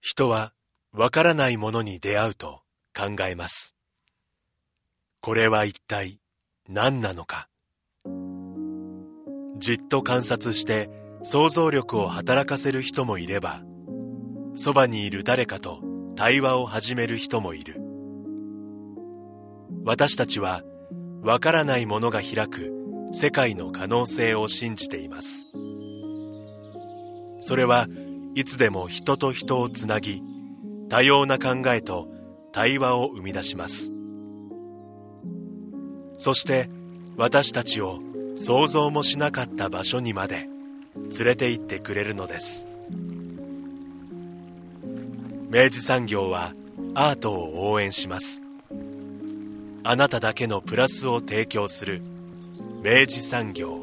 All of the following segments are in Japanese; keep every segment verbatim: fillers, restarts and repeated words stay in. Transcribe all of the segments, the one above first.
人はわからないものに出会うと考えます。これは一体何なのか。じっと観察して想像力を働かせる人もいれば、そばにいる誰かと対話を始める人もいる。私たちはわからないものが開く世界の可能性を信じています。それはいつでも人と人をつなぎ、多様な考えと対話を生み出します。そして私たちを想像もしなかった場所にまで連れて行ってくれるのです。明治産業はアートを応援します。あなただけのプラスを提供する明治産業。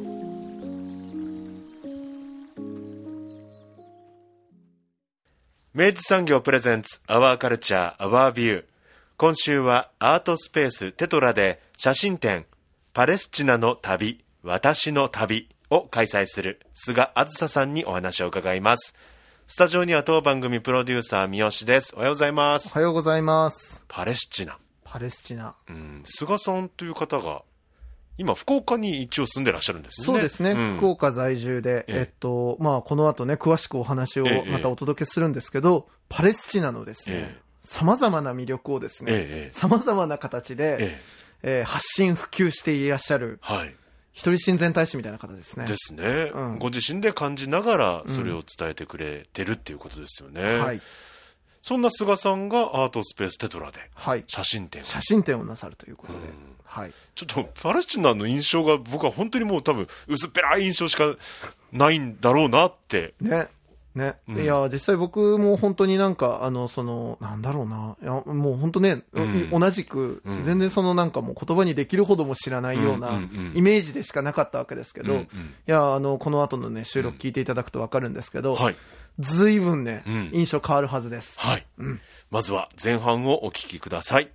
明治産業プレゼンツアワーカルチャーアワービュー。今週はアートスペーステトラで写真展パレスチナの旅私の旅を開催する菅あずささんにお話を伺います。スタジオには当番組プロデューサー三好です。おはようございます。 おはようございます。 パレスチナパレスチナ、 うん、菅さんという方が今福岡に一応住んでらっしゃるんですよね。 そうですね、うん、福岡在住で、えっとまあ、この後ね詳しくお話をまたお届けするんですけど、ええ、パレスチナのですねさまざまな魅力をですねさまざまな形で、えええー、発信普及していらっしゃる、はい、一人親善大使みたいな方ですね。 ですね、うん、ご自身で感じながらそれを伝えてくれてるっていうことですよね、うん、はい。そんな菅さんがアートスペーステトラで写真展、はい、 写真展をなさるということで、うん、はい、 ちょっとパレスチナの印象が僕は本当にもう多分薄っぺらい印象しかないんだろうなってねね、うん、いや実際僕も本当になんかあのそのなんだろうないやもう本当ね、うん、同じく、うん、全然そのなんかもう言葉にできるほども知らないようなイメージでしかなかったわけですけど、うんうん、いやあのこの後のね収録聞いていただくと分かるんですけど、うん、はい、ずいぶんね、うん、印象変わるはずです。 はい、うん、まずは前半をお聞きください。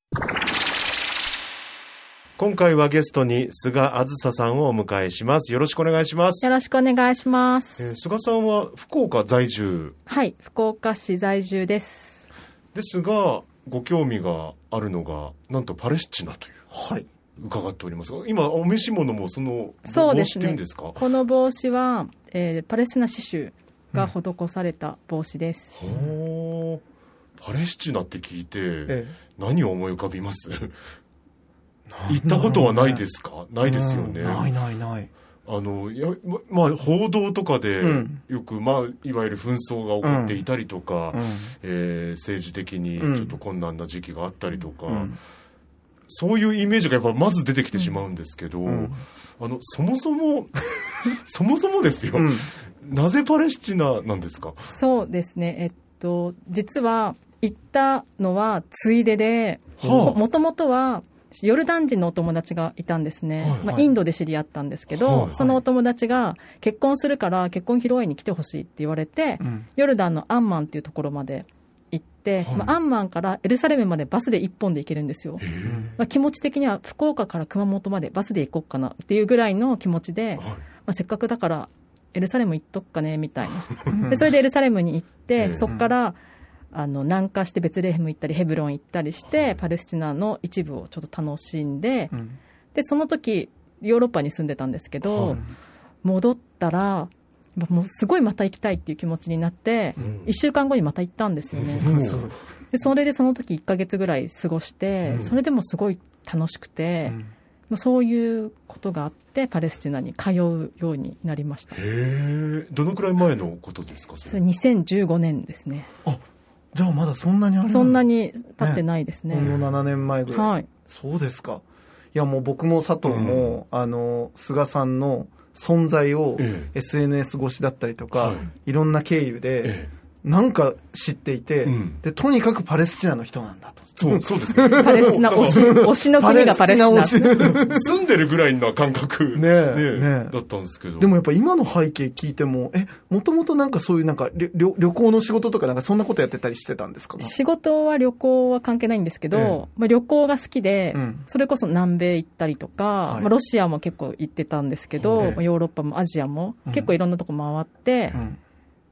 今回はゲストに菅あずささんをお迎えします。よろしくお願いします。 よろしくお願いします、 えー、菅さんは福岡在住。 はい、福岡市在住ですですがご興味があるのがなんとパレスチナという、 はい、 伺っておりますが、今お召し物もその帽子っていうんですか？ そうですね、この帽子は、えー、パレスチナ刺繍が施された帽子です、 うん、ほー、パレスチナって聞いて、ええ、何を思い浮かびます？行ったことはないですか？ね、ないですよね、 うん、ないないない。 あのや、まあ、報道とかでよく、うん、まあ、いわゆる紛争が起こっていたりとか、うん、えー、政治的にちょっと困難な時期があったりとか、うん、そういうイメージがやっぱまず出てきてしまうんですけど、うん、あのそもそもそもそもですよ、うん、なぜパレスチナなんですか？ そうですね、えっと、実は行ったのはついでで、はあ、もともとはヨルダン人のお友達がいたんですね、はいはい、まあ、インドで知り合ったんですけど、はいはい、そのお友達が結婚するから結婚披露宴に来てほしいって言われて、うん、ヨルダンのアンマンっていうところまで行って、はい、まあ、アンマンからエルサレムまでバスでいっぽんで行けるんですよ、まあ、気持ち的には福岡から熊本までバスで行こうかなっていうぐらいの気持ちで、はい、まあ、せっかくだからエルサレム行っとくかねみたいなでそれでエルサレムに行ってそこからあの南下してベツレヘム行ったりヘブロン行ったりして、はい、パレスチナの一部をちょっと楽しんで、うん、でその時ヨーロッパに住んでたんですけど、はい、戻ったらもうすごいまた行きたいっていう気持ちになって、うん、いっしゅうかんごにまた行ったんですよね、うん、でそれでその時いっかげつぐらい過ごして、うん、それでもすごい楽しくて、うん、そういうことがあってパレスチナに通うようになりました。 へー、どのくらい前のことですか？それ、 それにせんじゅうごねんですね。 あ、じゃあまだそんなにあるの？ そんなに経ってないですね。 もうななねんまえぐらい、はい、そうですか。いやもう僕も佐藤も、うん、あの菅さんの存在を エスエヌエス 越しだったりとか、はい、いろんな経由で、ええ、なんか知っていて、うん、でとにかくパレスチナの人なんだと。 そう、そうですね。 パレスチナ推し、推しの国がパレスチナ。パレスチナ推し。住んでるぐらいの感覚ね、ね、ねだったんですけど。 でもやっぱ今の背景聞いても、え、もともとなんかそういうなんか旅、旅行の仕事とかなんかそんなことやってたりしてたんですか？ 仕事は旅行は関係ないんですけど、ええ、まあ、旅行が好きで、うん、それこそ南米行ったりとか、はい、まあ、ロシアも結構行ってたんですけど、ええ、ヨーロッパもアジアも、うん、結構いろんなとこ回って、うん、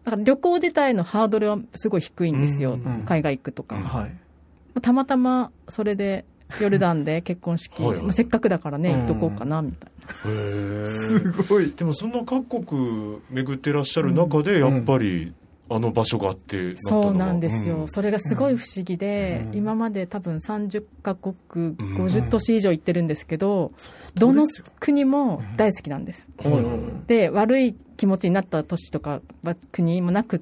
だから旅行自体のハードルはすごい低いんですよ、 うんうん、 海外行くとか、 うんはい、 たまたまそれでヨルダンで結婚式はい、まあ、せっかくだからね、うん、行っとこうかなみたいな。 へすごい。 でもそんな各国巡ってらっしゃる中でやっぱりあの場所があってなったのが、 そうなんですよ、うん、それがすごい不思議で、うん、今まで多分さんじゅっかこくごじゅっ都市以上行ってるんですけど、うん、どの国も大好きなんです、うん、で悪い気持ちになった都市とか国もなくって、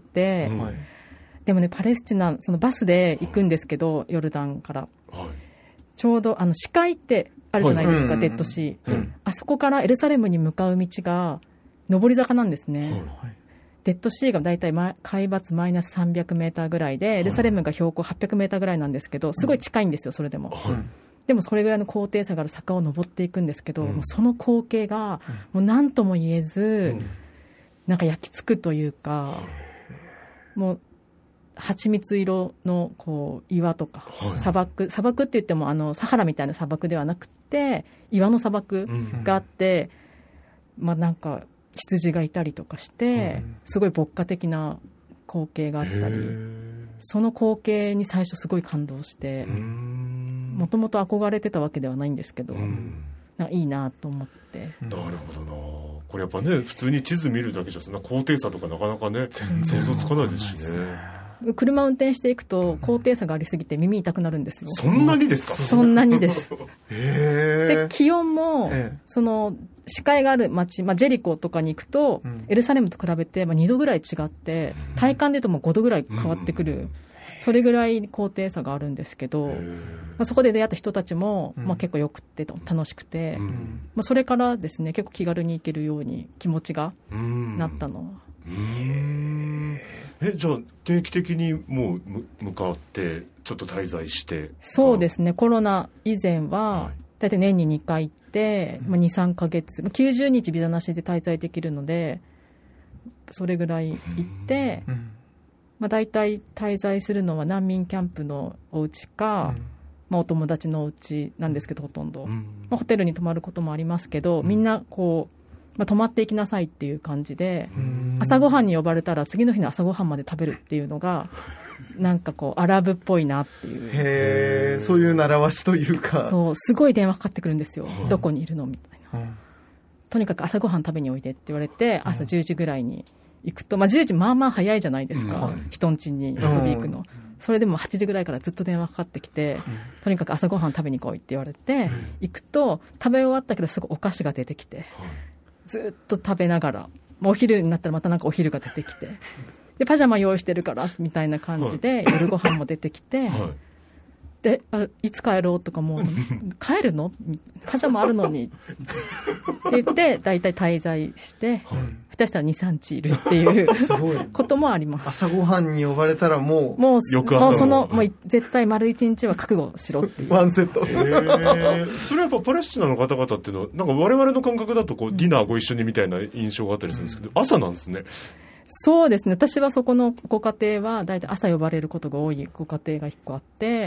うん、でもねパレスチナそのバスで行くんですけどヨルダンから、はい、ちょうどあの死海ってあるじゃないですか、はい、デッドシー、うん、あそこからエルサレムに向かう道が上り坂なんですね、はい、デッドシーがだいたい海抜マイナスさんびゃくメーターぐらいで、エルサレムが標高はっぴゃくメーターぐらいなんですけど、すごい近いんですよそれでも、はい、でもそれぐらいの高低差がある坂を登っていくんですけど、うん、もうその光景がもう何とも言えず、うん、なんか焼き付くというか、もう蜂蜜色のこう岩とか、はい、砂漠砂漠って言ってもあのサハラみたいな砂漠ではなくて岩の砂漠があって、うん、まあなんか羊がいたりとかして、うん、すごい牧歌的な光景があったり、その光景に最初すごい感動して、もともと憧れてたわけではないんですけど、うん、なんかいいなと思って。 なるほどな。これやっぱね普通に地図見るだけじゃそんな高低差とかなかなかね想像つかないですしね。 車運転していくと高低差がありすぎて耳痛くなるんですよ。 そんなにですか？ そんなにです。 へで気温も、ええ、その視界がある街、まあ、ジェリコとかに行くと、うん、エルサレムと比べて、まあ、にどぐらい違って体感で言うともうごどぐらい変わってくる、うん、それぐらい高低差があるんですけど、まあ、そこで出会った人たちも、まあ、結構よくって楽しくて、うんまあ、それからですね結構気軽に行けるように気持ちがなったのは、うーんえじゃあ定期的にもう向かってちょっと滞在して。 そうですね、コロナ以前はだいたい年ににかい行って、まあ、にさんかげつきゅうじゅうにちビザなしで滞在できるのでそれぐらい行って、まあ、だいたい滞在するのは難民キャンプのお家か、まあ、お友達のお家なんですけどほとんど、まあ、ホテルに泊まることもありますけど、みんなこうまあ、泊まっていきなさいっていう感じで、朝ごはんに呼ばれたら次の日の朝ごはんまで食べるっていうのがなんかこうアラブっぽいなっていう。 へー、そういう習わしというか。 そうすごい電話かかってくるんですよ、どこにいるのみたいな、とにかく朝ごはん食べにおいでって言われて朝じゅうじぐらいに行くと、まあ、じゅうじまあまあ早いじゃないですか、人ん家に遊び行くの。それでもはちじぐらいからずっと電話かかってきて、とにかく朝ごはん食べに来いって言われて行くと、食べ終わったけどすぐお菓子が出てきて、ずっと食べながら、もうお昼になったらまたなんかお昼が出てきて、でパジャマ用意してるからみたいな感じで、はい、夜ご飯も出てきて、はい、であいつ帰ろうとかもう帰るのパジャマあるのにって言ってだいたい滞在して、はい、下手したら にさんにちいるっていうこともあります。 朝ごはんに呼ばれたらもうもう翌朝もうそのもう絶対丸一日は覚悟しろっていうワンセット。 へーそれはやっぱパレスチナの方々っていうのはなんか我々の感覚だとこうディナーご一緒にみたいな印象があったりするんですけど、うん、朝なんですね。 そうですね、私はそこのご家庭はだいたい朝呼ばれることが多いご家庭がいっこあって、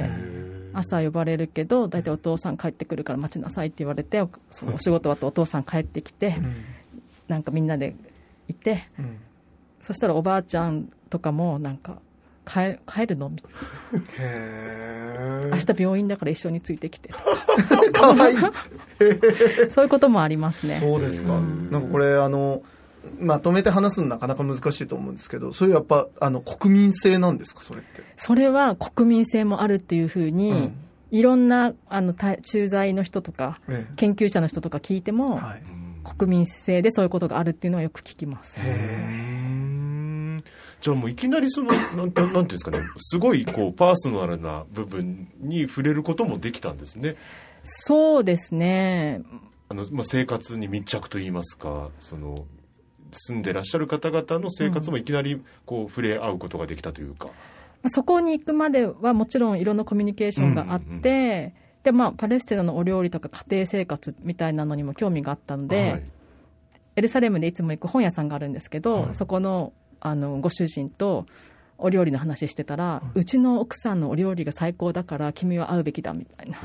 朝呼ばれるけどだいたいお父さん帰ってくるから待ちなさいって言われて、お仕事終わってお父さん帰ってきて、うん、なんかみんなでいて、うん、そしたらおばあちゃんとかもなんか 帰, 帰るのみたいな、へ明日病院だから一緒についてきてかわいいそういうこともありますね。 そうですか。なんかこれあのまとめて話すのなかなか難しいと思うんですけど、それやっぱあの国民性なんですか、それって。 それは国民性もあるっていうふうに、うん、いろんなあの駐在の人とか、ええ、研究者の人とか聞いても、はい、国民性でそういうことがあるっていうのはよく聞きます。 へじゃあもういきなりそのなんていうんですかね、すごいこうパーソナルな部分に触れることもできたんですね。 そうですね、 あの、まあ、生活に密着といいますか、その住んでらっしゃる方々の生活もいきなりこう触れ合うことができたというか、 うん、そこに行くまではもちろんいろんなコミュニケーションがあって、うんうんうん、でまあ、パレスチナのお料理とか家庭生活みたいなのにも興味があったので、はい、エルサレムでいつも行く本屋さんがあるんですけど、はい、そこ の, あのご主人とお料理の話してたら、はい、うちの奥さんのお料理が最高だから君は会うべきだみたいな、はい、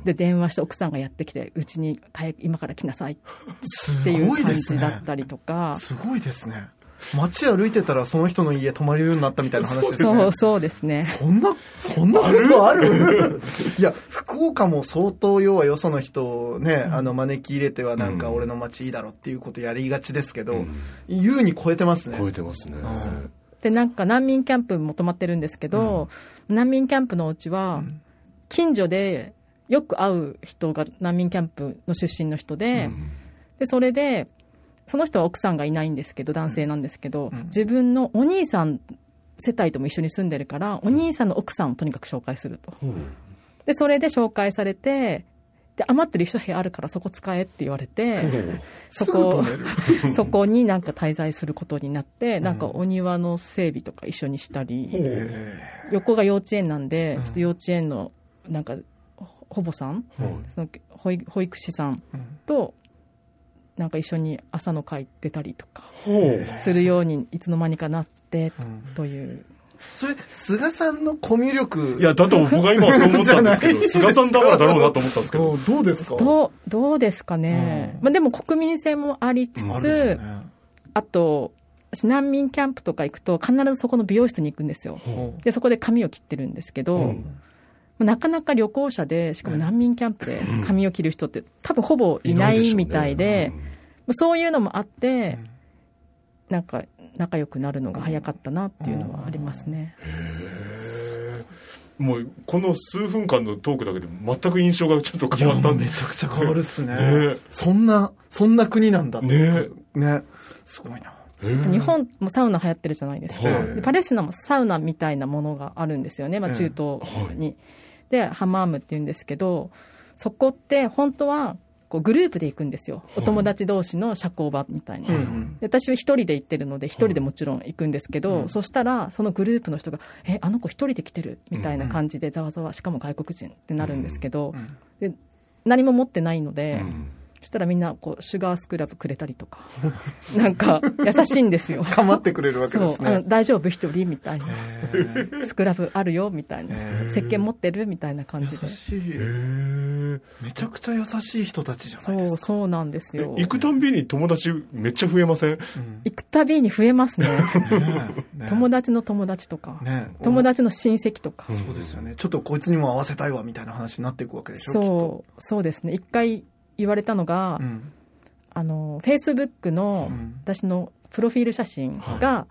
で電話して奥さんがやってきてうちに今から来なさいっていう感じだったりとか。 すごいですね。 街歩いてたらその人の家泊まれるようになったみたいな話ですね。 そうそうですね。 そんなそんなことある？いや福岡も相当要はよその人をね、うん、あの招き入れてはなんか俺の街いいだろっていうことやりがちですけど、うん、優に超えてますね。 超えてますね。 でなんか難民キャンプも泊まってるんですけど、うん、難民キャンプのお家は近所でよく会う人が難民キャンプの出身の人で、うん、でそれでその人は奥さんがいないんですけど男性なんですけど、うん、自分のお兄さん世帯とも一緒に住んでるからお兄さんの奥さんをとにかく紹介すると、うん、でそれで紹介されてで余ってる一部屋あるからそこ使えって言われて、うん、そこそこになんか滞在することになって、うん、なんかお庭の整備とか一緒にしたり、うん、横が幼稚園なんで、うん、ちょっと幼稚園のなんか保母さん、うん、その保育、保育士さんとなんか一緒に朝の会出たりとかするようにいつの間にかなってという、うん、 それ菅さんのコミュ力いやだと僕が今そう思ったんですけど菅さんだからだろうなと思ったんですけどどうですかどう、どうですかね、うんまあ、でも国民性もありつつ、うん あ, ね、あと私難民キャンプとか行くと必ずそこの美容室に行くんですよ、うん、でそこで髪を切ってるんですけど、うんなかなか旅行者でしかも難民キャンプで髪を切る人って多分ほぼいないみたいで、うん、そういうのもあって、うん、なんか仲良くなるのが早かったなっていうのはありますね。 へーもうこの数分間のトークだけで全く印象がちょっと変わったんでめちゃくちゃ変わるっすね。ねそんなそんな国なんだってねねすごいな。 日本もサウナ流行ってるじゃないですか、はい、でパレスチナもサウナみたいなものがあるんですよね、まあ、中東に、はいでハマームっていうんですけどそこって本当はこうグループで行くんですよ、お友達同士の社交場みたいな、はい、で私は一人で行ってるので一人でもちろん行くんですけど、はい、そしたらそのグループの人がえあの子一人で来てるみたいな感じでざわざわしかも外国人ってなるんですけど、で何も持ってないので、うんそしたらみんなこうシュガースクラブくれたりとかなんか優しいんですよ構ってくれるわけですね。 そうあの大丈夫一人みたいなスクラブあるよみたいな石鹸持ってるみたいな感じで優しいめちゃくちゃ優しい人たちじゃないですか。 そうそうなんですよ。 行くたんびに友達めっちゃ増えません、うん、 行くたびに増えますねねね友達の友達とか、ね、友達の親戚とか、 うん、そうですよね。ちょっとこいつにも会わせたいわみたいな話になっていくわけでしょ。 そうそうですね。一回言われたのが、うん、あのフェイスブックの私のプロフィール写真が、はい、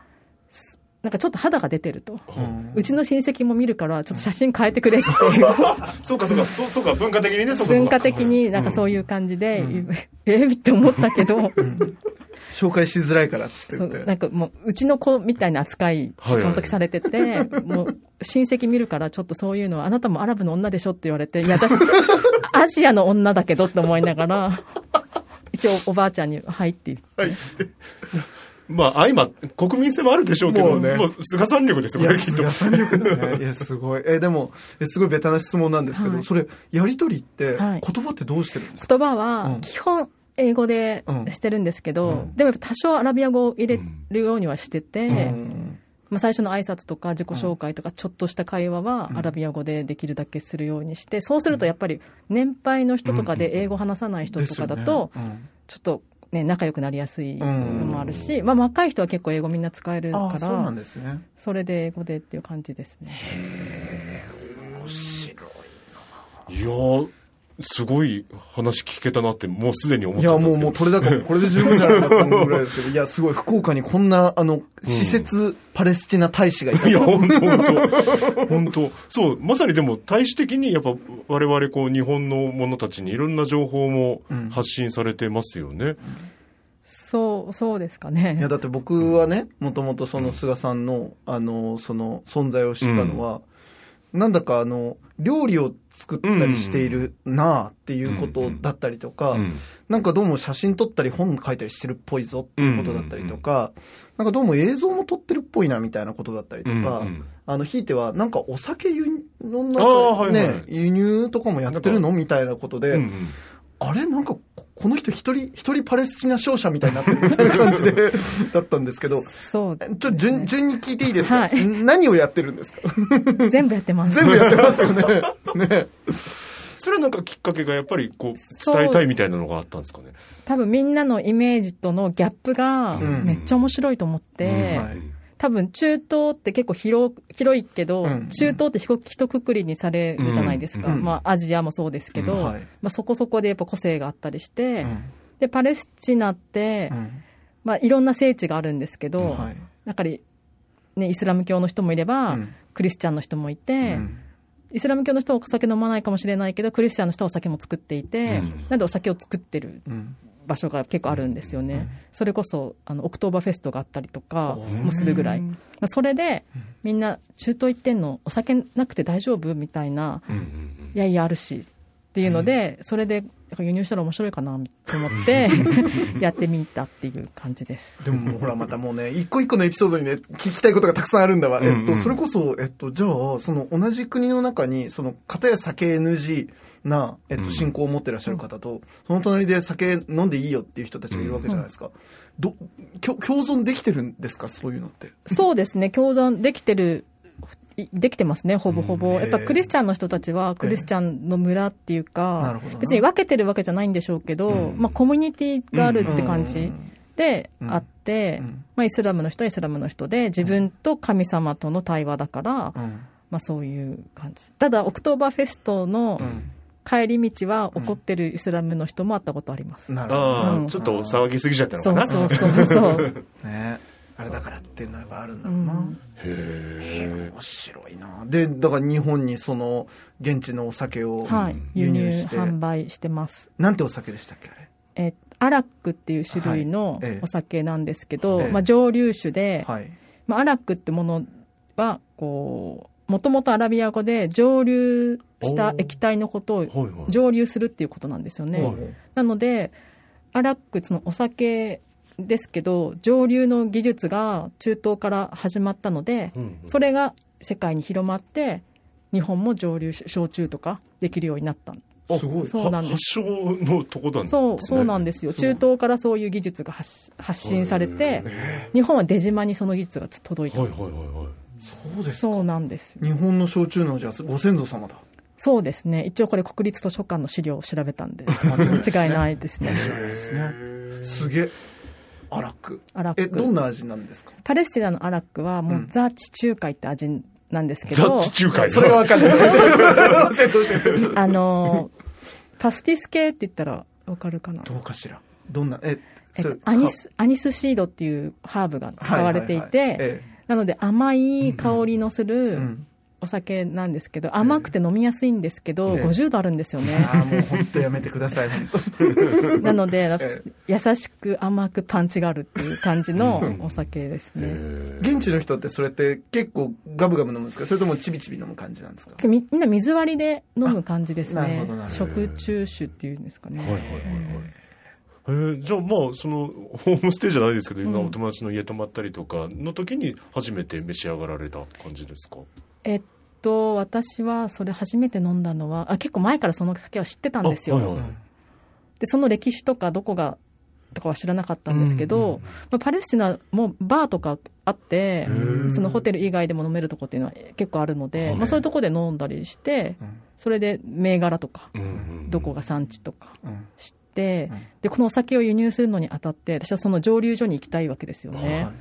なんかちょっと肌が出てると、うん、うちの親戚も見るからちょっと写真変えてくれっていうそうかそうかそうそうか文化的にねそうか文化的になんかそういう感じで、うん、えー、って思ったけど、うん、 紹介しづらいからっつって言ってそうなんかもううちの子みたいな扱いその時されてて、はいはい、もう親戚見るからちょっとそういうのはあなたもアラブの女でしょって言われていや私アジアの女だけどって思いながら一応おばあちゃんに入って言って、はい、 まあ今国民性もあるでしょうけどもう、ね、もう菅さん力ですよねきっと。 菅さん力だね。いやすごいえでもすごいベタな質問なんですけど、はい、それやり取りって言葉ってどうしてるんですか。 言葉は基本英語でしてるんですけど、うん、でも多少アラビア語を入れるようにはしてて、うんうんまあ、最初の挨拶とか自己紹介とかちょっとした会話はアラビア語でできるだけするようにして、そうするとやっぱり年配の人とかで英語話さない人とかだとちょっと、ね、仲良くなりやすいのもあるし、まあ、若い人は結構英語みんな使えるからそうなんですね。 それで英語でっていう感じですね。 へー面白いな。いやーすごい話聞けたなってもうすでに思っちゃったんですけど。いやもうもう取れ高もこれで十分じゃないかって思うぐらいですけどいやすごい福岡にこんなあの施設、うん、パレスチナ大使がいた。 いや本当本当本当そうまさにでも大使的にやっぱ我々こう日本の者たちにいろんな情報も発信されてますよね。うんそうそうですかね。 いやだって僕はねもともとその菅さんのあのその存在を知ったのは、うん、なんだかあの料理を作ったりしているなあっていうことだったりとか、うんうん、なんかどうも写真撮ったり本書いたりしてるっぽいぞっていうことだったりとか、うんうんうん、なんかどうも映像も撮ってるっぽいなみたいなことだったりとか、うんうん、あのひいてはなんかお酒輸入のなんか、ねはいはい、輸入とかもやってるのみたいなことで、うんうん、あれなんかこの人一人一人パレスチナ商社みたいになってるみたいな感じでだったんですけど、 そうですね、 ちょっと順順に聞いていいですか、 はい、 何をやってるんですか。 全部やってます。 全部やってますよね。ね。 それはなんかきっかけがやっぱりこう伝えたいみたいなのがあったんですかね。 多分みんなのイメージとのギャップがめっちゃ面白いと思って、うんうんはい、多分中東って結構 広, 広いけど、うん、中東ってひとくくりにされるじゃないですか、うんまあ、アジアもそうですけど、うんはいまあ、そこそこでやっぱ個性があったりして、うん、でパレスチナって、うんまあ、いろんな聖地があるんですけど、うんはいやっぱりね、イスラム教の人もいれば、うん、クリスチャンの人もいて、うん、イスラム教の人はお酒飲まないかもしれないけどクリスチャンの人はお酒も作っていて、うん、なんでお酒を作ってる場所が結構あるんですよね、うん、それこそあのオクトーバーフェストがあったりとかもするぐらい、まあ、それでみんな中東行ってんのお酒なくて大丈夫みたいな、うん、いやいやあるしっていうので、それで輸入したら面白いかなと思ってやってみたっていう感じです。 でもほらまたもうね一個一個のエピソードにね聞きたいことがたくさんあるんだわ、うんうんえっと、それこそ、えっと、じゃあその同じ国の中にその片や酒 エヌジー な、えっと、信仰を持ってらっしゃる方と、うん、その隣で酒飲んでいいよっていう人たちがいるわけじゃないですか、うん、ど共存できてるんですかそういうのって。 そうですね共存できてるできてますねほぼほぼ、うん、やっぱクリスチャンの人たちはクリスチャンの村っていうか、えー、別に分けてるわけじゃないんでしょうけど、うんまあ、コミュニティがあるって感じであって、うんまあ、イスラムの人はイスラムの人で自分と神様との対話だから、うんまあ、そういう感じ。ただオクトーバーフェストの帰り道は怒ってるイスラムの人も会ったことあります、 うん、なるほど、うん、ちょっと騒ぎすぎちゃったのかな。 そうそうそうそうねあれだからっていうのがあるんだろうな、うん、へえ面白いな。でだから日本にその現地のお酒を輸入して、 はい、輸入販売してます。 なんてお酒でしたっけあれ。 えアラックっていう種類のお酒なんですけど、はいええまあ、蒸留酒で、はいまあ、アラックってものはこうもともとアラビア語で蒸留した液体のことを蒸留するっていうことなんですよね、はいはい、なのでアラックそのお酒ですけど蒸留の技術が中東から始まったので、うんうん、それが世界に広まって日本も蒸留焼酎とかできるようになった。 あすごいそうなんです発祥のとこなんですね。 そうそうなんですよ。中東からそういう技術が 発, 発信されて日本は出島にその技術が届いた、はいはいはいはい、 そうですか。 そうなんですよ。 日本の焼酎のじゃあご先祖様だ。 そうですね。一応これ国立図書館の資料を調べたんで間違いないですね。 面白いですね。すげえ。アラック。アラック。え、どんな味なんですか。 パレスチナのアラックはもう、うん、ザ・地中海って味なんですけど。 ザ・地中海それがわかんない。 あの、パスティス系って言ったらわかるかな。 どうかしら。どんな、え、 えっと、アニス、アニスシードっていうハーブが使われていて、はいはいはいええ、なので甘い香りのする、うんうんお酒なんですけど甘くて飲みやすいんですけど、えー、ごじゅうどあるんですよね。 あもう本当やめてくださいなので、えー、優しく甘くパンチがあるっていう感じのお酒ですね、 えー、現地の人ってそれって結構ガブガブ飲むんですかそれともちびちび飲む感じなんですか。 み, みんな水割りで飲む感じですね。食中酒っていうんですかね。はいはいはいはいえー、じゃあまあそのホームステイじゃないですけど、うん、今お友達の家泊まったりとかの時に初めて召し上がられた感じですか。 えっと私はそれ初めて飲んだのはあ結構前からその酒は知ってたんですよ、はいはい、でその歴史とかどこがとかは知らなかったんですけど、うんうんまあ、パレスチナもバーとかあってそのホテル以外でも飲めるとこっていうのは結構あるので、まあ、そういうとこで飲んだりしてそれで銘柄とか、うんうん、どこが産地とか知って、うん、でこのお酒を輸入するのにあたって私はその蒸留所に行きたいわけですよね、はい、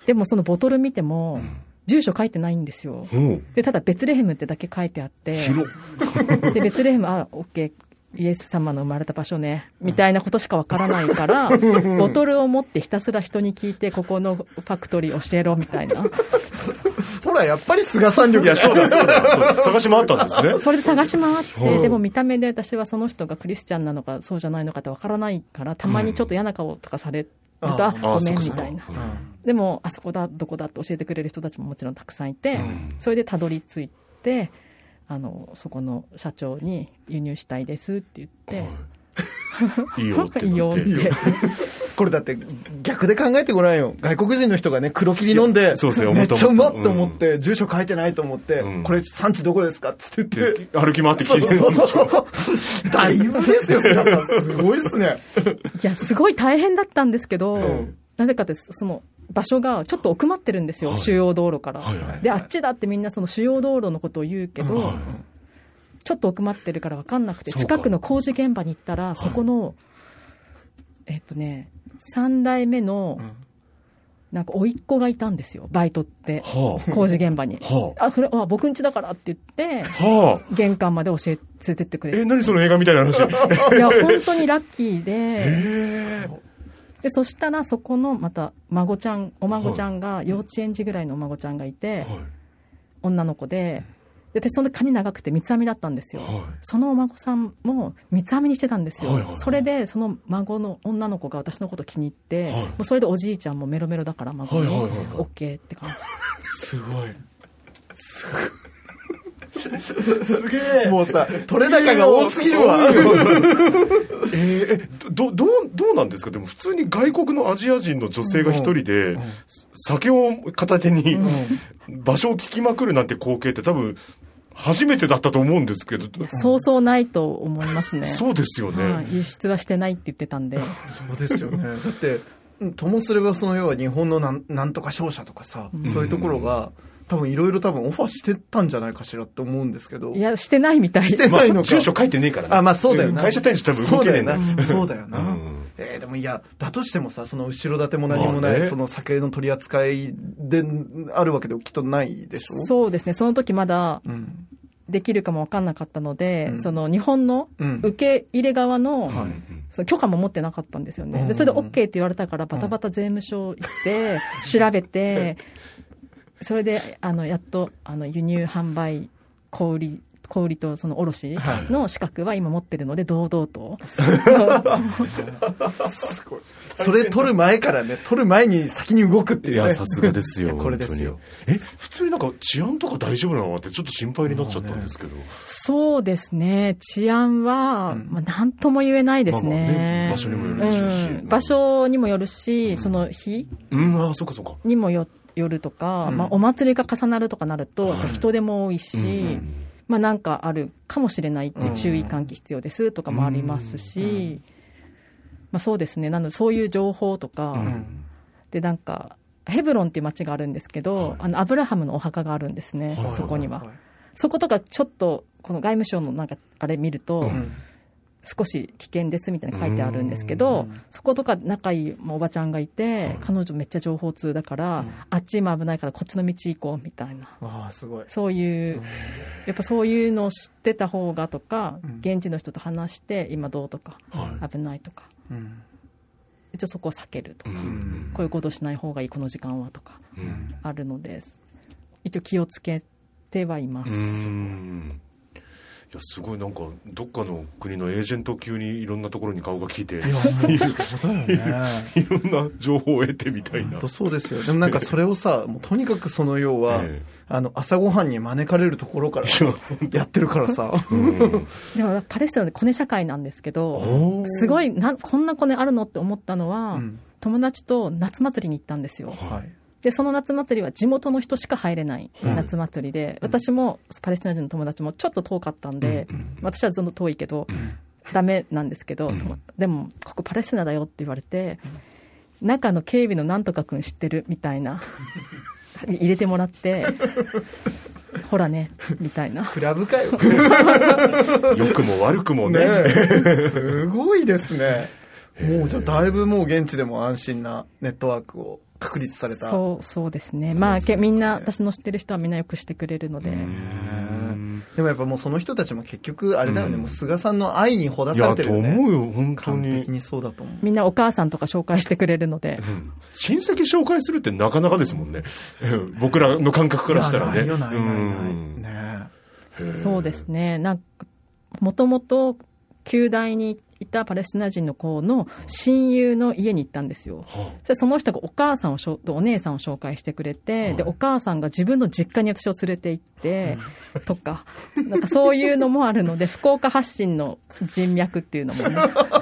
でもそのボトル見ても、うん住所書いてないんですよ、うん、でただベツレヘムってだけ書いてあってでベツレヘムあオッケーイエス様の生まれた場所ねみたいなことしかわからないからボトルを持ってひたすら人に聞いてここのファクトリー教えろみたいなほらやっぱり菅さん力いやそうだそうだ探し回ったんですね。 それで探し回ってでも見た目で私はその人がクリスチャンなのかそうじゃないのかってわからないからたまにちょっと嫌な顔とかされると、うん、あごめんみたいな、うん、でもあそこだどこだって教えてくれる人たちももちろんたくさんいて、うん、それでたどり着いてあのそこの社長に輸入したいですって言って、 はい、いいよっていいよってこれだって逆で考えてごらんよ。外国人の人がね黒霧飲んでそうそうめっちゃうまっと思って、うん、住所書いてないと思って、うん、これ産地どこですかって言って歩き回って聞いてるだいぶですよ菅さんすごいっすね。 いやすごい大変だったんですけど、うん、なぜかってその場所がちょっと奥まってるんですよ、はい、主要道路から、はいはい、であっちだってみんなその主要道路のことを言うけど、はい、 ちょっと奥まってるから分かんなくて、近くの工事現場に行ったら、そこの、はい、えっとね、さん代目の、うん、なんか甥っ子がいたんですよ、バイトって、はあ、工事現場に。はあ、あ、それ、あ、僕ん家だからって言って、はあ、玄関まで教え、連れてってくれて。 え、何その映画みたいな話。いや、本当にラッキーで、で、そしたらそこのまた孫ちゃん、お孫ちゃんが、幼稚園児ぐらいのお孫ちゃんがいて、はい、女の子で、で、私その時髪長くて三つ編みだったんですよ。はい、そのお孫さんも三つ編みにしてたんですよ。はいはいはい、それで、その孫の女の子が私のこと気に入って、はい、もうそれでおじいちゃんもメロメロだから孫に、はいはいはいはい、OK って感じ。 すごい。すごい。 すげえ。もうさ、取れ高が多すぎるわ。えー、ど、どう、どうなんですか？でも普通に外国のアジア人の女性が一人で、酒を片手に場所を聞きまくるなんて光景って多分、初めてだったと思うんですけど。 そうそうないと思いますね。 そうですよね、 はい。輸出はしてないって言ってたんで。 そうですよね。だって、ともすればその要は日本のなん、なんとか商社とかさ、うん、そういうところが、多分いろいろ多分オファーしてたんじゃないかしらって思うんですけど。 いや、してないみたい。 してないのか。 まあ、住所書いてねえからね。 あ、まあそうだよな。 会社単位多分動けねえな。 そうだよな。うん、えー、でもいや、だとしてもさ、その後ろ盾も何もない、まあね、その酒の取り扱いであるわけできっとないでしょ？ そうですね。その時まだ、できるかも分かんなかったので、うん、その日本の受け入れ側の、うん、その許可も持ってなかったんですよね。でそれで OK って言われたから、バタバタ税務署行って、調べて、それであのやっとあの輸入販売小売小売とその卸の資格は今持ってるので、堂々と。 すごい。それ取る前からね、取る前に先に動くっていう、ね。 いや、さすがですよ。 これですよ。 え、普通になんか治安とか大丈夫なのってちょっと心配になっちゃったんですけど。ね、 そうですね。治安は、うん、まあ、なんとも言えないですね。まあまあね、 場所にもよるし、 うん。場所にもよるし、うん、その日、 うん、あ、そうかそうか。 にもよるとか、うん、まあ、お祭りが重なるとかなると、人手も多いし、はい、うん、まあ、なんかあるかもしれないって注意喚起必要ですとかもありますし、うんうん、まあ、そうですね。なのでそういう情報とか、うん、でなんかヘブロンっていう町があるんですけど、はい、あのアブラハムのお墓があるんですね、はい、そこには、はい、そことかちょっとこの外務省のなんかあれ見ると、うん、少し危険ですみたいな書いてあるんですけど、そことか仲いいおばちゃんがいて、はい、彼女めっちゃ情報通だから、うん、あっち今危ないからこっちの道行こうみたいな、 あ、すごい、 そういう、うん、やっぱそういうのを知ってた方がとか、うん、現地の人と話して今どうとか、はい、危ないとか、うん、一応そこを避けるとか、うん、こういうことしない方がいいこの時間はとか、うん、あるので一応気をつけてはいます。うん、 いや、すごいなんかどっかの国のエージェント級にいろんなところに顔が利いて、いやそうだよね、 いろんな情報を得てみたいな。 本当そうですよ。でもなんかそれをさ、もうとにかくその要は、ええ、あの朝ごはんに招かれるところからやってるからさ、うん、 でもパレスチナでコネ社会なんですけど、すごいな、こんなコネあるのって思ったのは、うん、友達と夏祭りに行ったんですよ、はい、でその夏祭りは地元の人しか入れない夏祭りで、うん、私もパレスチナ人の友達もちょっと遠かったんで、うん、私はずっと遠いけど、うん、ダメなんですけど、うん、でもここパレスチナだよって言われて、うん、中の警備のなんとかくん知ってるみたいな入れてもらってほらねみたいな、 クラブかよ良くも悪くも ね, ねすごいですね。もうじゃあだいぶもう現地でも安心なネットワークを確立された。 そうそうですね。まあけみんな私の知ってる人はみんなよくしてくれるので。 でもやっぱもうその人たちも結局あれだよね、うん、もう菅さんの愛にほだされてるよね。 いやと思うよ本当に。 完璧にそうだと思う。 みんなお母さんとか紹介してくれるので、 うん、親戚紹介するってなかなかですもんね。僕らの感覚からしたらね。 ないよないないない、うんね、 そうですね。なんかもともと旧大にいたパレスチナ人の子の親友の家に行ったんですよ、はあ、その人がお母さんをしょお姉さんを紹介してくれて、はい、でお母さんが自分の実家に私を連れて行って、うん、とかなんかそういうのもあるので福岡発信の人脈っていうのもね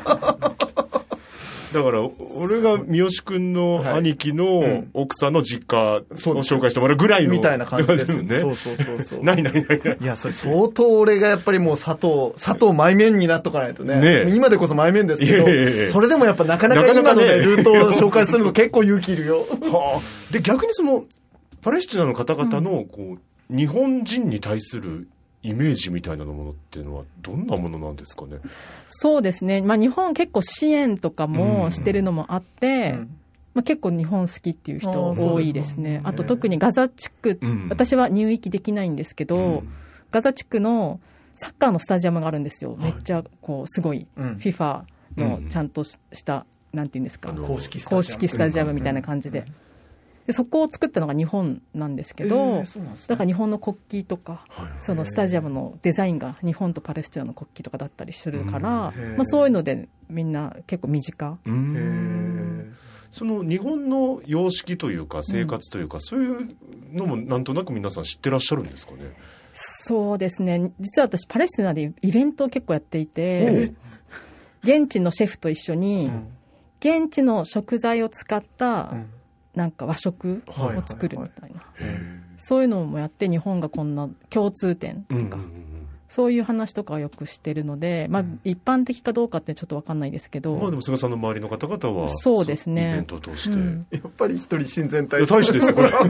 だから俺が三好くんの兄貴の奥さんの実家を紹介してもらうぐらいのみたいな感じですよね。そうそうそうそう。何何何何。いやそれ相当俺がやっぱりもう佐藤佐藤前面になっとかないとね。ね今でこそ前面ですけど、いやいやいやそれでもやっぱなかなか今のねルートを紹介するの結構勇気いるよ。はあ、で逆にそのパレスチナの方々のこう、うん、日本人に対するイメージみたいなものっていうのはどんなものなんですかね。 そうですね、まあ、日本結構支援とかもしてるのもあって、うんまあ、結構日本好きっていう人多いですね。 あ, あと特にガザ地区、うん、私は入域できないんですけど、うん、ガザ地区のサッカーのスタジアムがあるんですよ、はい、めっちゃこうすごい、うん、FIFA のちゃんとした、うん、なんていうんですか、 公式スタジアム、 公式スタジアムみたいな感じで、うん、でそこを作ったのが日本なんですけど、えーそうなんですね、だから日本の国旗とか、はい、そのスタジアムのデザインが日本とパレスチナの国旗とかだったりするから、まあ、そういうのでみんな結構身近。 うーん、その日本の様式というか生活というか、うん、そういうのもなんとなく皆さん知ってらっしゃるんですかね。 そうですね、実は私パレスチナでイベントを結構やっていて、現地のシェフと一緒に現地の食材を使ったなんか和食を作るみたいな、そういうのもやって、日本がこんな共通点とか、うんうんうん、そういう話とかはよくしてるので、まあ、一般的かどうかってちょっと分かんないですけど、 まあ、でも菅さんの周りの方々はそうですね、 イベントを通して、うん、 やっぱり一人親善大使大使ですよこれ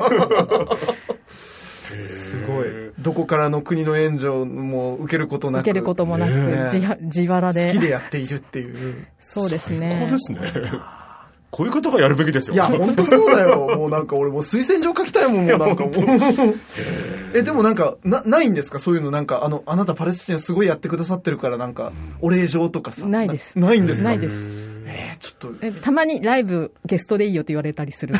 すごい、どこからの国の援助も受けることなく、 受けることもなく、自, 自腹で好きでやっているっていうそうですね、 最高ですねこういう方がやるべきですよ。 いや本当そうだよもうなんか俺もう推薦状書きたいもん、もうなんかもうえでもなんか な, ないんですか、そういうの、なんかあのあなたパレスチナすごいやってくださってるからなんかお礼状とかさ。 ないです。 な, ないんですか。 ないです。 えー、ちょっとえたまにライブゲストでいいよって言われたりする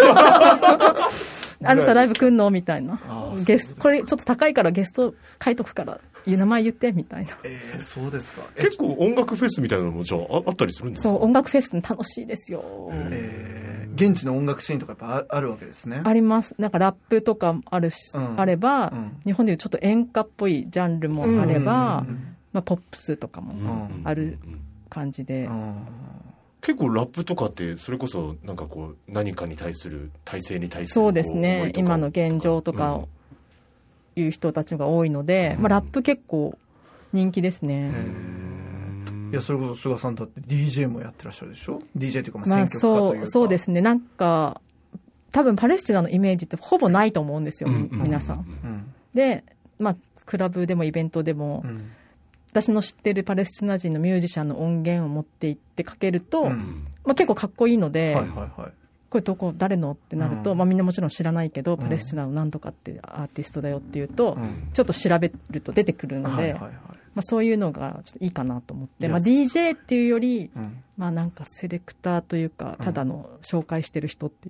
あなたライブ来んのみたいな、ゲスこれちょっと高いからゲスト書いとくから名前言ってみたいな。 えー、そうですか。 結構音楽フェスみたいなのもじゃ あ, あったりするんですか。 そう音楽フェス楽しいですよ。 えー、現地の音楽シーンとかやっぱ あ, あるわけですね。 あります。なんかラップとかあるし、うん、あれば、うん、日本でいうちょっと演歌っぽいジャンルもあれば、うんうんうんまあ、ポップスとかもある感じで、うんうんうん結構ラップとかってそれこそなんかこう何かに対する体制に対するそうですね、今の現状とかをいう人たちが多いので、うんまあ、ラップ結構人気ですね。 いやそれこそ菅さんだって ディージェー もやってらっしゃるでしょ。 ディージェー というかまあ選曲家というか、 まあ、そう、そうですね。なんか多分パレスチナのイメージってほぼないと思うんですよ、うん、皆さん、うん、で、まあ、クラブでもイベントでも、うん私の知ってるパレスチナ人のミュージシャンの音源を持って行ってかけると、うんまあ、結構かっこいいので、はいはいはい、これどこ誰のってなると、うんまあ、みんなもちろん知らないけど、うん、パレスチナのなんとかってアーティストだよっていうと、うん、ちょっと調べると出てくるので、はいはいはいまあ、そういうのがちょっといいかなと思って、まあ、ディージェー っていうより、うんまあ、なんかセレクターというかただの紹介してる人っていう、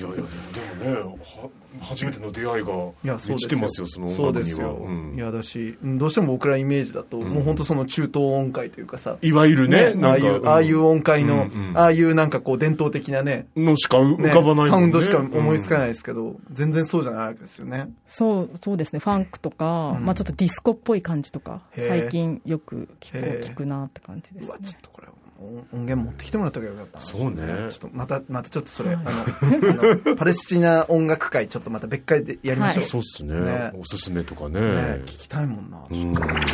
うん、いやいやでもねは初めての出会いが満ちてますよ、その音楽には。そうですよ、 うん、いやだしどうしても僕らイメージだと、うん、もう本当その中東音階というかさ、 いわゆる ね, ねなんかああいう、うん、ああいう音階の、うんうん、ああいうなんかこう伝統的なねのしか浮かばないもんね、 サウンドしか思いつかないですけど、うん、全然そうじゃないわけですよね。 そうそうですね、ファンクとか、うんまあ、ちょっとディスコっぽい感じとか最近よく聞く、聞くなって感じですね。 うわちょっとこれ音源持ってきてもらったらよかったな。 そうね。 ちょっとまたまたちょっとそれ、はい、あのあのパレスチナ音楽会ちょっとまた別会でやりましょう。はい、 そうっす ね, ね。おすすめとか ね, ね聞きたいもんな。うん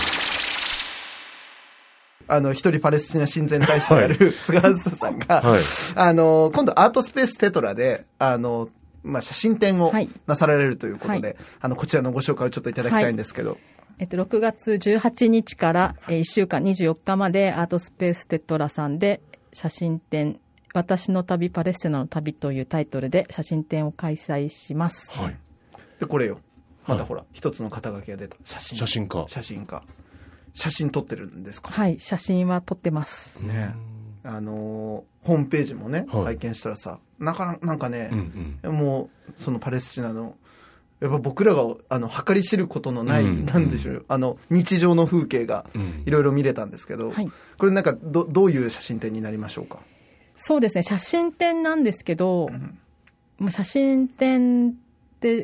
あの一人パレスチナ親善大使である菅あずささんが、はい、あの今度アートスペーステトラであのまあ写真展をなさられるということで、はい、あのこちらのご紹介をちょっといただきたいんですけど。はいえっと、ろくがつじゅうはちにちからいっしゅうかんにじゅうよっかまでアートスペーステトラさんで写真展私の旅パレスチナの旅というタイトルで写真展を開催します、はい、 でこれよまたほら、はい、一つの肩書きが出た写真写真家写真家写真撮ってるんですか。 はい写真は撮ってますね。あのー、ホームページもね、はい、拝見したらさなかなかなんかね、うんうん、もうそのパレスチナのやっぱ僕らがあの計り知ることのない、うん、なんでしょう、あの日常の風景がいろいろ見れたんですけど、うんはい、これなんか ど, どういう写真展になりましょうか。 そうですね写真展なんですけど、うん、写真展って、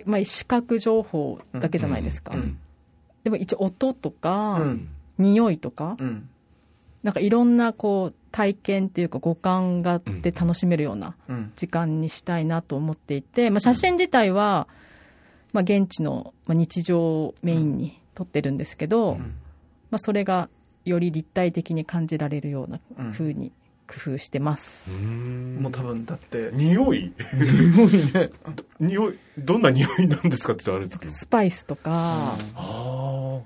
まあ、視覚情報だけじゃないですか、うんうん、でも一応音とか、うん、匂いとか、うん、なんかいろんなこう体験っていうか五感があって楽しめるような時間にしたいなと思っていて、まあ、写真自体は、まあ、現地の日常をメインに撮ってるんですけど、うんまあ、それがより立体的に感じられるような風に工夫してます、 うん、もう多分だって匂い匂いね匂いどんな匂いなんですかってあるんですけどスパイスとか、 うん、あ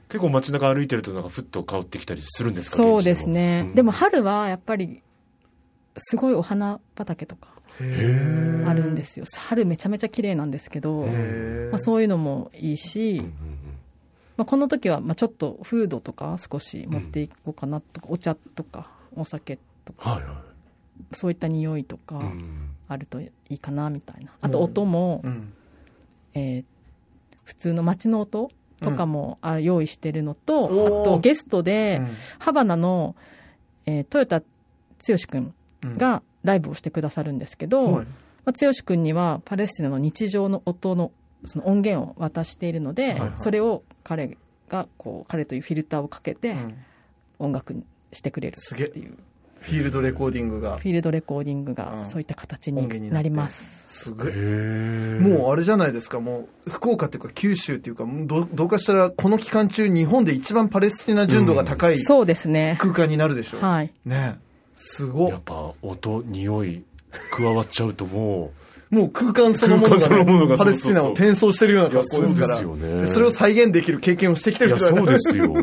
結構街中歩いてるとなんかふっと香ってきたりするんですか？ そうですね、 うん、 でも春はやっぱりすごいお花畑とかあるんですよ。春めちゃめちゃ綺麗なんですけど、まあ、そういうのもいいし、うんうんうん、まあ、この時はまあちょっとフードとか少し持っていこうかなとか、うん、お茶とかお酒とか、はいはい、そういった匂いとかあるといいかなみたいな。あと音も、うん、えー、普通の街の音とかも用意してるのと、うん、あとゲストで、うん、ハバナの、えー、豊田剛くんがライブをしてくださるんですけど、うん、はい、まあ、剛くんにはパレスチナの日常の音のその音源を渡しているので、はいはい、それを彼がこう彼というフィルターをかけて音楽にしてくれるっていう、 フィールドレコーディングがフィールドレコーディングがそういった形になります。 すごい。もうあれじゃないですか、もう福岡っていうか九州っていうか ど, どうかしたらこの期間中日本で一番パレスチナ純度が高い、うん、 そうですね、 空間になるでしょう。 はいね、すごい。 やっぱ音匂い加わっちゃうともうもう空間そのものが、ね、がパレスチナを転送してるような格好ですから、 そうですよね、それを再現できる経験をしてきてる人だから、 そうですよ、うん、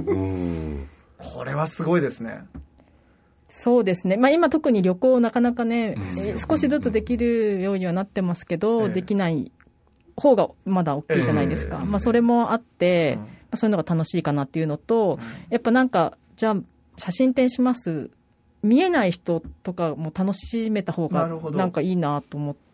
これはすごいですね。 そうですね、まあ、今特に旅行なかなかね、うん、少しずつできるようにはなってますけど、えー、できない方がまだ大きいじゃないですか、えーまあ、それもあって、うん、まあ、そういうのが楽しいかなっていうのと、うん、やっぱなんかじゃあ写真展します、見えない人とかも楽しめた方がなんかいいなと思って、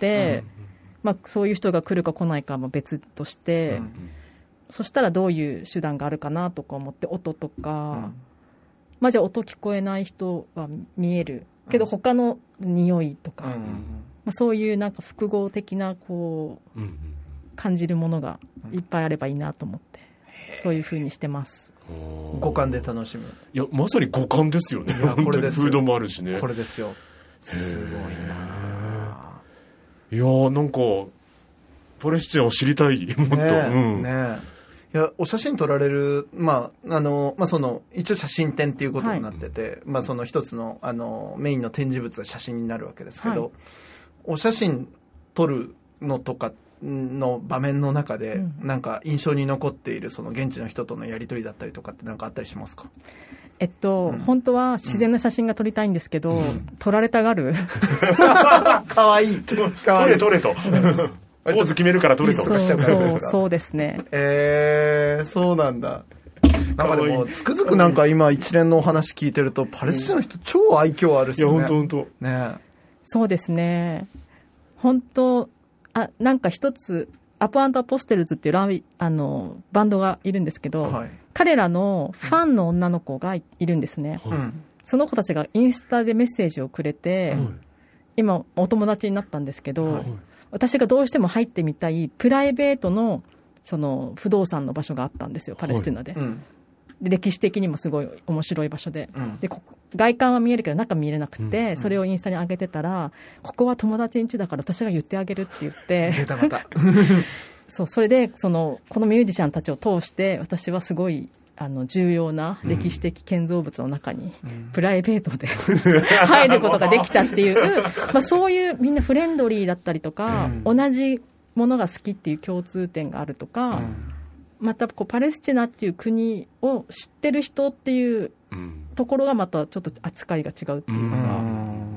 うん、まあ、そういう人が来るか来ないかは別として、うん、そしたらどういう手段があるかなとか思って、音とか、うん、まあ、じゃあ音聞こえない人は見えるけど他の匂いとか、うん、まあ、そういうなんか複合的なこう、うん、感じるものがいっぱいあればいいなと思って、そういう風にしてます。 五感で楽しむ。 いやまさに五感ですよね。いやこれですよ、フードもあるしね。 これですよ。すごいな。 いやなんかパレスチナを知りたい、もっと、ね、うん、ね、 いやお写真撮られる、まああのまあ、その一応写真展っていうことになってて、はい、まあ、その一つ の, あのメインの展示物が写真になるわけですけど、はい、お写真撮るのとかの場面の中で、うん、なんか印象に残っているその現地の人とのやり取りだったりとかって何かあったりしますか？ えっと、うん、本当は自然な写真が撮りたいんですけど、うん、撮られたがるかわいい撮れ撮れとポーズ決めるから撮れと。 そうそうそうですね。 えー、そうなんだ。なんかでもつくづくなんか今一連のお話聞いてるとパレスチナの人超愛嬌あるっすね。 いや本当本当ね。 そうですね。本当あなんか一つアポ&アポステルズっていうラビあのバンドがいるんですけど、はい、彼らのファンの女の子がいるんですね、うん、その子たちがインスタでメッセージをくれて、うん、今お友達になったんですけど、はい、私がどうしても入ってみたいプライベートのその不動産の場所があったんですよ、パレスチナで、はい、うん、で歴史的にもすごい面白い場所で、うん、でこ外観は見えるけど中見えなくて、うん、それをインスタに上げてたら、ここは友達ん家だから私が言ってあげるって言って出たまたそう、それでそのこのミュージシャンたちを通して私はすごいあの重要な歴史的建造物の中にプライベートで入ることができたっていう、まあ、そういうみんなフレンドリーだったりとか、うん、同じものが好きっていう共通点があるとか、うん、またこうパレスチナっていう国を知ってる人っていうところがまたちょっと扱いが違うっていうのが、うん、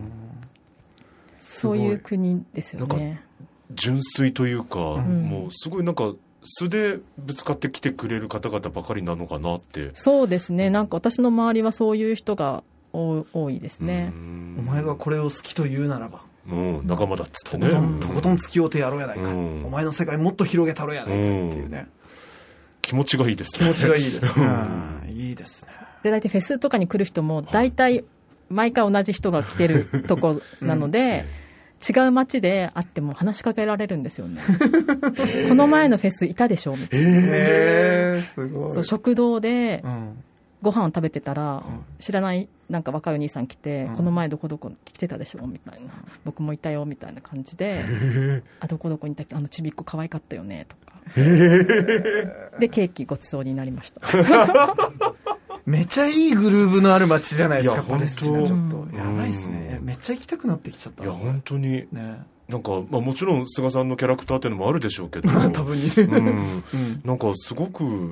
そういう国ですよね。 純粋というか、うん、もうすごいなんか素でぶつかってきてくれる方々ばかりなのかなって。 そうですね、なんか私の周りはそういう人が多いですね。 お前がこれを好きと言うならば、 うん、仲間だっつってね、 とことん、とことん付き合うてやろうやないか、うん、お前の世界もっと広げたろうやないかっていうね、うん、 気持ちがいいですね。気持ちがいいですねいいですね。 で大体フェスとかに来る人も大体毎回同じ人が来てるとこなので、うん、違う街で会っても話しかけられるんですよねこの前のフェスいたでしょみたいな、 えー、すごい。 そう食堂でご飯を食べてたら、うん、知らないなんか若いお兄さん来て、うん、この前どこどこ来てたでしょみたいな、僕もいたよみたいな感じで、あどこどこにいたあのちびっこ可愛かったよねとかでケーキごちそうになりましためちゃいいグルーブのある街じゃないですか、パレスチナ。ちょっとやばいっすね、うん、めっちゃ行きたくなってきちゃった。 いや本当に、ね、なんか、まあ、もちろん菅さんのキャラクターっていうのもあるでしょうけど多分に、 うんうん、なんかすごく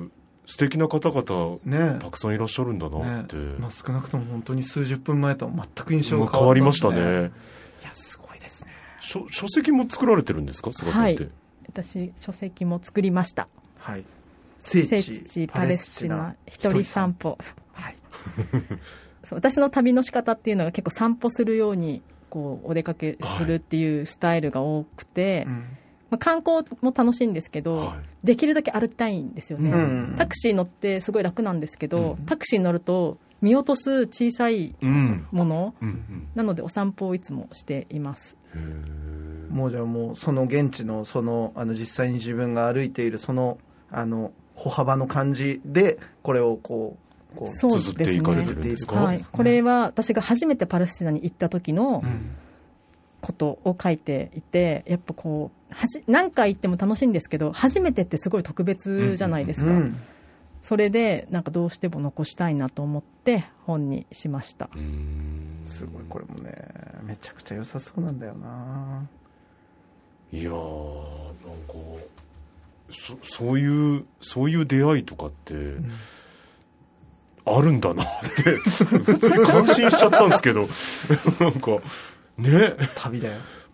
素敵な方々、ね、たくさんいらっしゃるんだなって、ね、 まあ、少なくとも本当に数十分前とは全く印象が変わりましたね。いやすごいですね。 書, 書籍も作られてるんですか、菅さんって。 はい、私書籍も作りました。 はい、 聖地パレスチナ一人散歩、はい、そう、私の旅の仕方っていうのが結構散歩するようにこうお出かけするっていうスタイルが多くて、はい、まあ、観光も楽しいんですけど、はい、できるだけ歩きたいんですよね、うん、タクシー乗ってすごい楽なんですけど、うん、タクシー乗ると見落とす小さいもの、うん、なのでお散歩をいつもしています。 へー、もうじゃあもうその現地のそのあの実際に自分が歩いているそのあの歩幅の感じでこれをこうこう綴っていかれてるんですか。 はい、これは私が初めてパレスチナに行った時のことを書いていて、やっぱこうはじ何回行っても楽しいんですけど、初めてってすごい特別じゃないですか、うんうんうん、それでなんかどうしても残したいなと思って本にしました。うーん、すごい、これもねめちゃくちゃ良さそうなんだよな。 いやー、なんかそ, そういうそういう出会いとかって、うん、あるんだなって普通に感心しちゃったんですけどなんかね、 旅だよ、うん、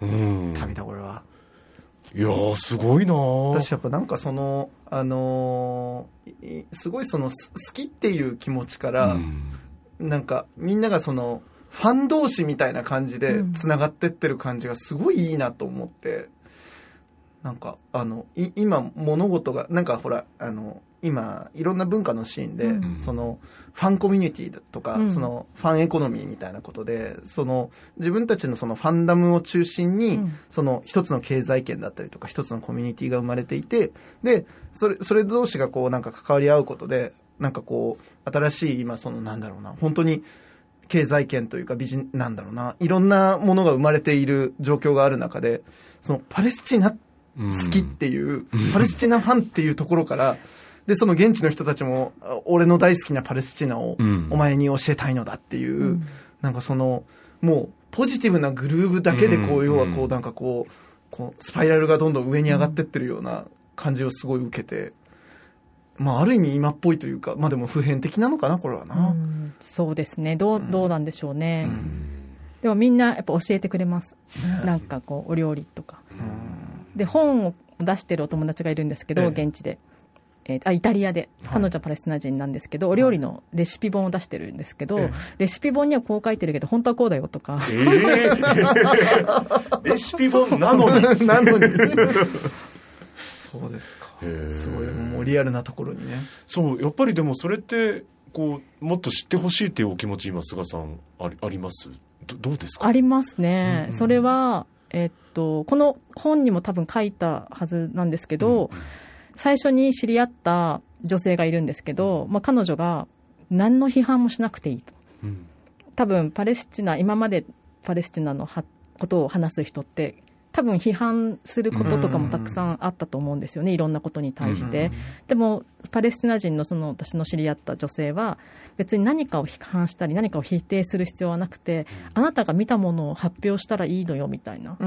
旅だこれは。 いやーすごいな。 私やっぱなんかそのあのー、すごいその好きっていう気持ちから、うん、なんかみんながそのファン同士みたいな感じでつながってってる感じがすごいいいなと思って、なんかあのい今物事がなんかほらあの今いろんな文化のシーンで、うん、そのファンコミュニティとか、うん、そのファンエコノミーみたいなことでその自分たちのそのファンダムを中心に、うん、その一つの経済圏だったりとか一つのコミュニティが生まれていて、でそれそれ同士がこうなんか関わり合うことでなんかこう新しい今そのなんだろうな本当に経済圏というかビジなんだろうないろんなものが生まれている状況がある中で、そのパレスチナ好きっていう、うん、パレスチナファンっていうところからでその現地の人たちも俺の大好きなパレスチナをお前に教えたいのだっていう、うん、なんかそのもうポジティブなグルーヴだけでこう、うん、要はこうなんかこう、こうスパイラルがどんどん上に上がってってるような感じをすごい受けて、まあある意味今っぽいというか、まあでも普遍的なのかなこれはな、うん、 そうですね、どう、どうなんでしょうね、うん、でもみんなやっぱ教えてくれます、ね、なんかこうお料理とか、うん、で本を出してるお友達がいるんですけど、ええ、現地でえー、あイタリアで彼女はパレスチナ人なんですけど、はい、お料理のレシピ本を出してるんですけど、えー、レシピ本にはこう書いてるけど本当はこうだよとか、えー、レシピ本なのになのにそうですか、すごいもうリアルなところにね。 そうやっぱりでもそれってこうもっと知ってほしいっていうお気持ち今菅さん あ, あります ど, どうですか。 ありますね、うんうん、それは、えー、っとこの本にも多分書いたはずなんですけど、うんうん、最初に知り合った女性がいるんですけど、まあ、彼女が何の批判もしなくていいと、うん、多分パレスチナ今までパレスチナのことを話す人って多分批判することとかもたくさんあったと思うんですよね、いろんなことに対して、うん、でもパレスチナ人のその私の知り合った女性は別に何かを批判したり何かを否定する必要はなくて、あなたが見たものを発表したらいいのよみたいな、うん、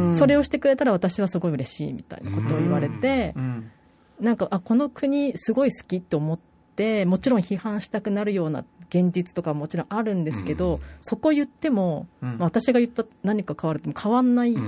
それをしてくれたら私はすごい嬉しいみたいなことを言われて、うんうんなんかあこの国すごい好きって思って、もちろん批判したくなるような現実とかもちろんあるんですけど、うん、そこ言っても、うんまあ、私が言った何か変わるっても変わんない、うん、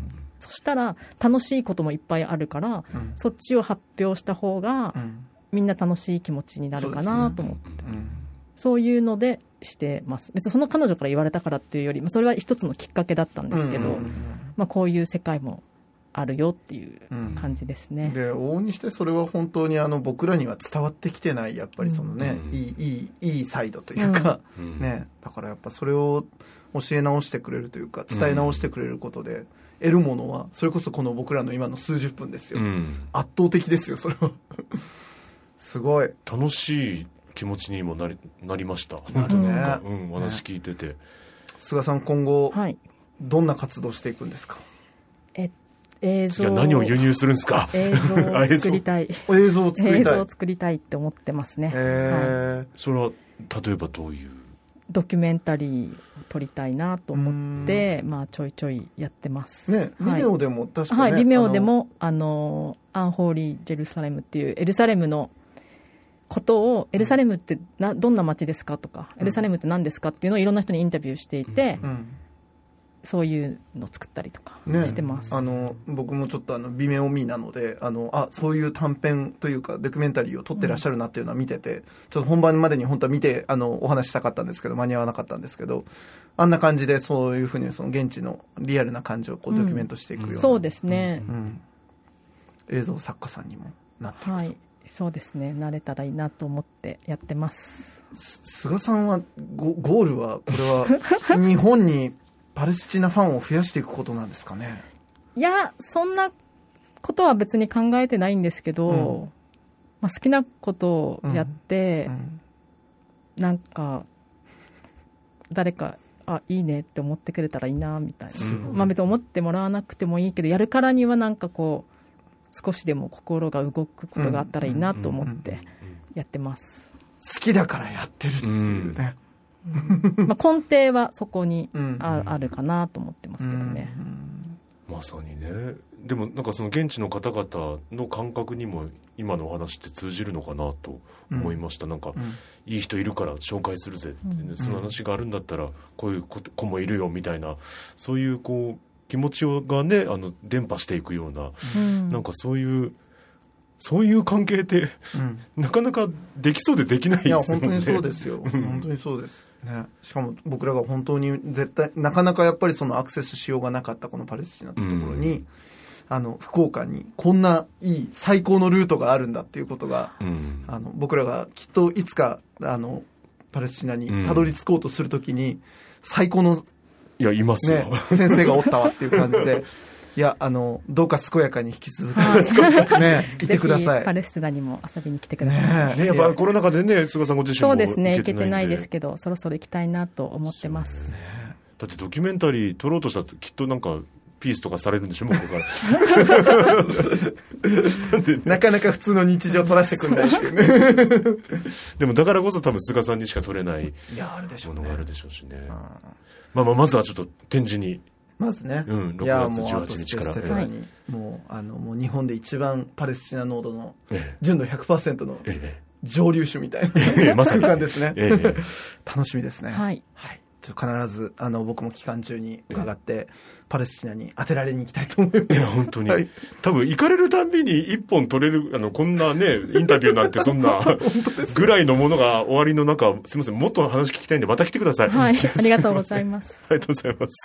そしたら楽しいこともいっぱいあるから、うん、そっちを発表した方が、うん、みんな楽しい気持ちになるかなと思って、そうですね、うん、そういうのでしてます。別にその彼女から言われたからっていうよりそれは一つのきっかけだったんですけど、うんうんうんまあ、こういう世界もあるよっていう感じですね、 うん、で往々にしてそれは本当にあの僕らには伝わってきてないやっぱりそのね、うん、いいいいいいサイドというか、うんね、だからやっぱそれを教え直してくれるというか伝え直してくれることで得るものはそれこそこの僕らの今の数十分ですよ、うん、圧倒的ですよそれはすごい楽しい気持ちにもな り, なりました。 なるね、 うん、話聞いてて、ね、 菅さん今後、はい、どんな活動していくんですか。 え映像何を輸入するんですか。 映像を作りたい映像を作りたい映像を作りたいって思ってますね、 はい、それは例えばどういうドキュメンタリーを撮りたいなと思って、まあ、ちょいちょいやってますね。ビデオでも確かに、ね、 はい、ビデオでもあのアンホーリージェルサレムっていうエルサレムのことを、エルサレムってなどんな街ですかとか、エルサレムって何ですかっていうのをいろんな人にインタビューしていて、うん、そういうのを作ったりとかしてます、 ね、あの僕もちょっとあの微妙見なので、あのあそういう短編というかドキュメンタリーを撮ってらっしゃるなっていうのは見てて、うん、ちょっと本番までに本当は見てあのお話ししたかったんですけど間に合わなかったんですけど、あんな感じでそういうふうにその現地のリアルな感情をこうドキュメントしていくような、うん、 そうですね、 うん、映像作家さんにもなっていくと、はい、 そうですね、なれたらいいなと思ってやってます。 菅さんは ゴ, ゴールはこれは日本にパレスチナファンを増やしていくことなんですかね。 いや、そんなことは別に考えてないんですけど、うんまあ、好きなことをやって、うんうん、なんか誰かあいいねって思ってくれたらいいなみたいな、まあ、別に思ってもらわなくてもいいけど、やるからにはなんかこう少しでも心が動くことがあったらいいなと思ってやってます。 好きだからやってるっていうね、 うんまあ、根底はそこに あ,、うん、あるかなと思ってますけどね、 うん、まさにね。でもなんかその現地の方々の感覚にも今のお話って通じるのかなと思いました、うん、なんか、うん、いい人いるから紹介するぜって、ね、うん、その話があるんだったらこういう子もいるよみたいな、そういうこう気持ちがねあの伝播していくような、うん、なんかそういうそういう関係って、うん、なかなかできそうでできないですよね。 いや本当にそうですよ本当にそうですね。しかも僕らが本当に絶対なかなかやっぱりそのアクセスしようがなかったこのパレスチナってところに、うん、あの福岡にこんないい最高のルートがあるんだっていうことが、うん、あの僕らがきっといつかあのパレスチナにたどり着こうとするときに、うん、最高の、 いやいますよ、 ね、先生がおったわっていう感じでいやあのどうか健やかに引き続き、ね、いてください。 ぜひパレスチナにも遊びに来てください。 ねね、やっぱコロナ禍でね菅さんご自身もそうですね、行けてないですけどそろそろ行きたいなと思ってます、ね、 だってドキュメンタリー撮ろうとしたらきっとなんかピースとかされるんでしょもうここからなかなか普通の日常撮らせてくんないしでもだからこそ多分菅さんにしか撮れないものがあるでしょうしね。まあまあまずはちょっと展示にまずね、 うん、ろくがつじゅうはちにちから、 いやもうあとスペーステトラに、ええ、もうあのもう日本で一番パレスチナ濃度の、ええ、純度 ひゃくパーセント の蒸留酒みたいな、ええ、まさに空間ですね、ええ、楽しみですね。 はい、 はい、ちょっと必ずあの僕も期間中に伺って、ええ、パレスチナに当てられに行きたいと思います。いや本当に、はい、多分行かれるたんびに一本取れるあのこんなねインタビューなんてそんなぐらいのものが終わりの中、すみませんもっと話聞きたいんでまた来てください。 はい、ありがとうございます。 ありがとうございます。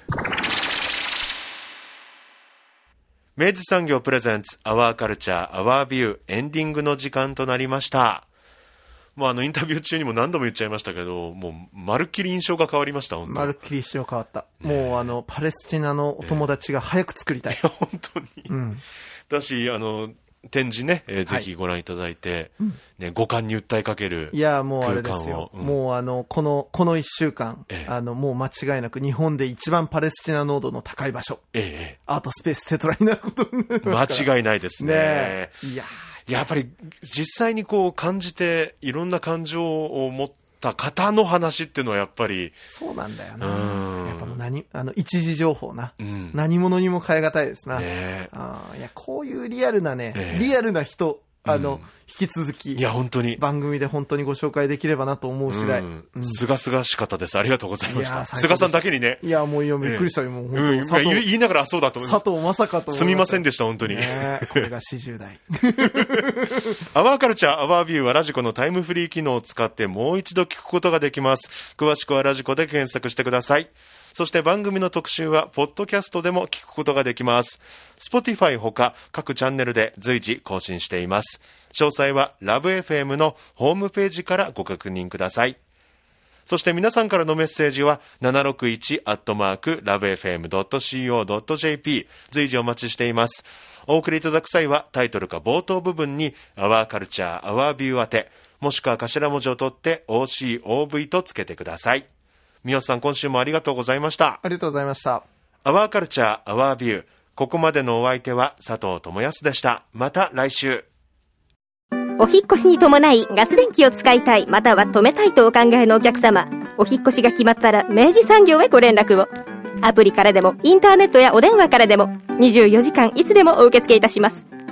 明治産業プレゼンツアワーカルチャーアワービューエンディングの時間となりました。もうあのインタビュー中にも何度も言っちゃいましたけど、もうまるっきり印象が変わりました。本当まるっきり印象変わった、ね、もうあのパレスチナのお友達が早く作りたい、 いや本当に、うん、だしあの展示ね、えー、ぜひご覧いただいて、はいね、五感に訴えかける空間を。 いやもうあれですよ、うん、もうあのこのこのいっしゅうかん、ええ、あのもう間違いなく日本で一番パレスチナ濃度の高い場所、ええ、アートスペーステトラになることになりますから間違いないですね。ねいややっぱり実際にこう感じていろんな感情を持った方の話っていうのはやっぱりそうなんだよな、うん、やっぱもう何あの一時情報な、うん、何者にも代え難いですな、ね、あいやこういうリアルなね、ねリアルな人あの、うん、引き続きいや本当に番組で本当にご紹介できればなと思う次第、うんうん、すがすがしかったです。ありがとうございました。菅さんだけにねいやもういやびっくりしたよ、えー、もう本当、うん、 佐藤言いながらそうだと思います。 佐藤まさかと思いました。 すみませんでした本当に、 ね、これがよんじゅう代アワーカルチャーアワービューはラジコのタイムフリー機能を使ってもう一度聞くことができます。詳しくはラジコで検索してください。そして番組の特集はポッドキャストでも聞くことができます。 Spotify ほか各チャンネルで随時更新しています。詳細はラブ エフエム のホームページからご確認ください。そして皆さんからのメッセージは ななろくいち アットマーク ラブエフエム ドット シーオー ドット ジェーピー 随時お待ちしています。お送りいただく際はタイトルか冒頭部分にアワーカルチャーアワービュー宛てもしくは頭文字を取って オーシーオーブイ とつけてください。三好さん今週もありがとうございました。 ありがとうございました。 アワーカルチャーアワービュー、ここまでのお相手は佐藤智康でした。また来週。 お引越しに伴いガス電気を使いたいまたは止めたいとお考えのお客様、お引越しが決まったら明治産業へご連絡を。アプリからでもインターネットやお電話からでもにじゅうよじかんいつでもお受け付けいたします。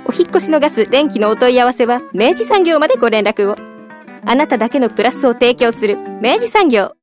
お引っ越しのガス、電気のお問い合わせは明治産業までご連絡を。あなただけのプラスを提供する明治産業。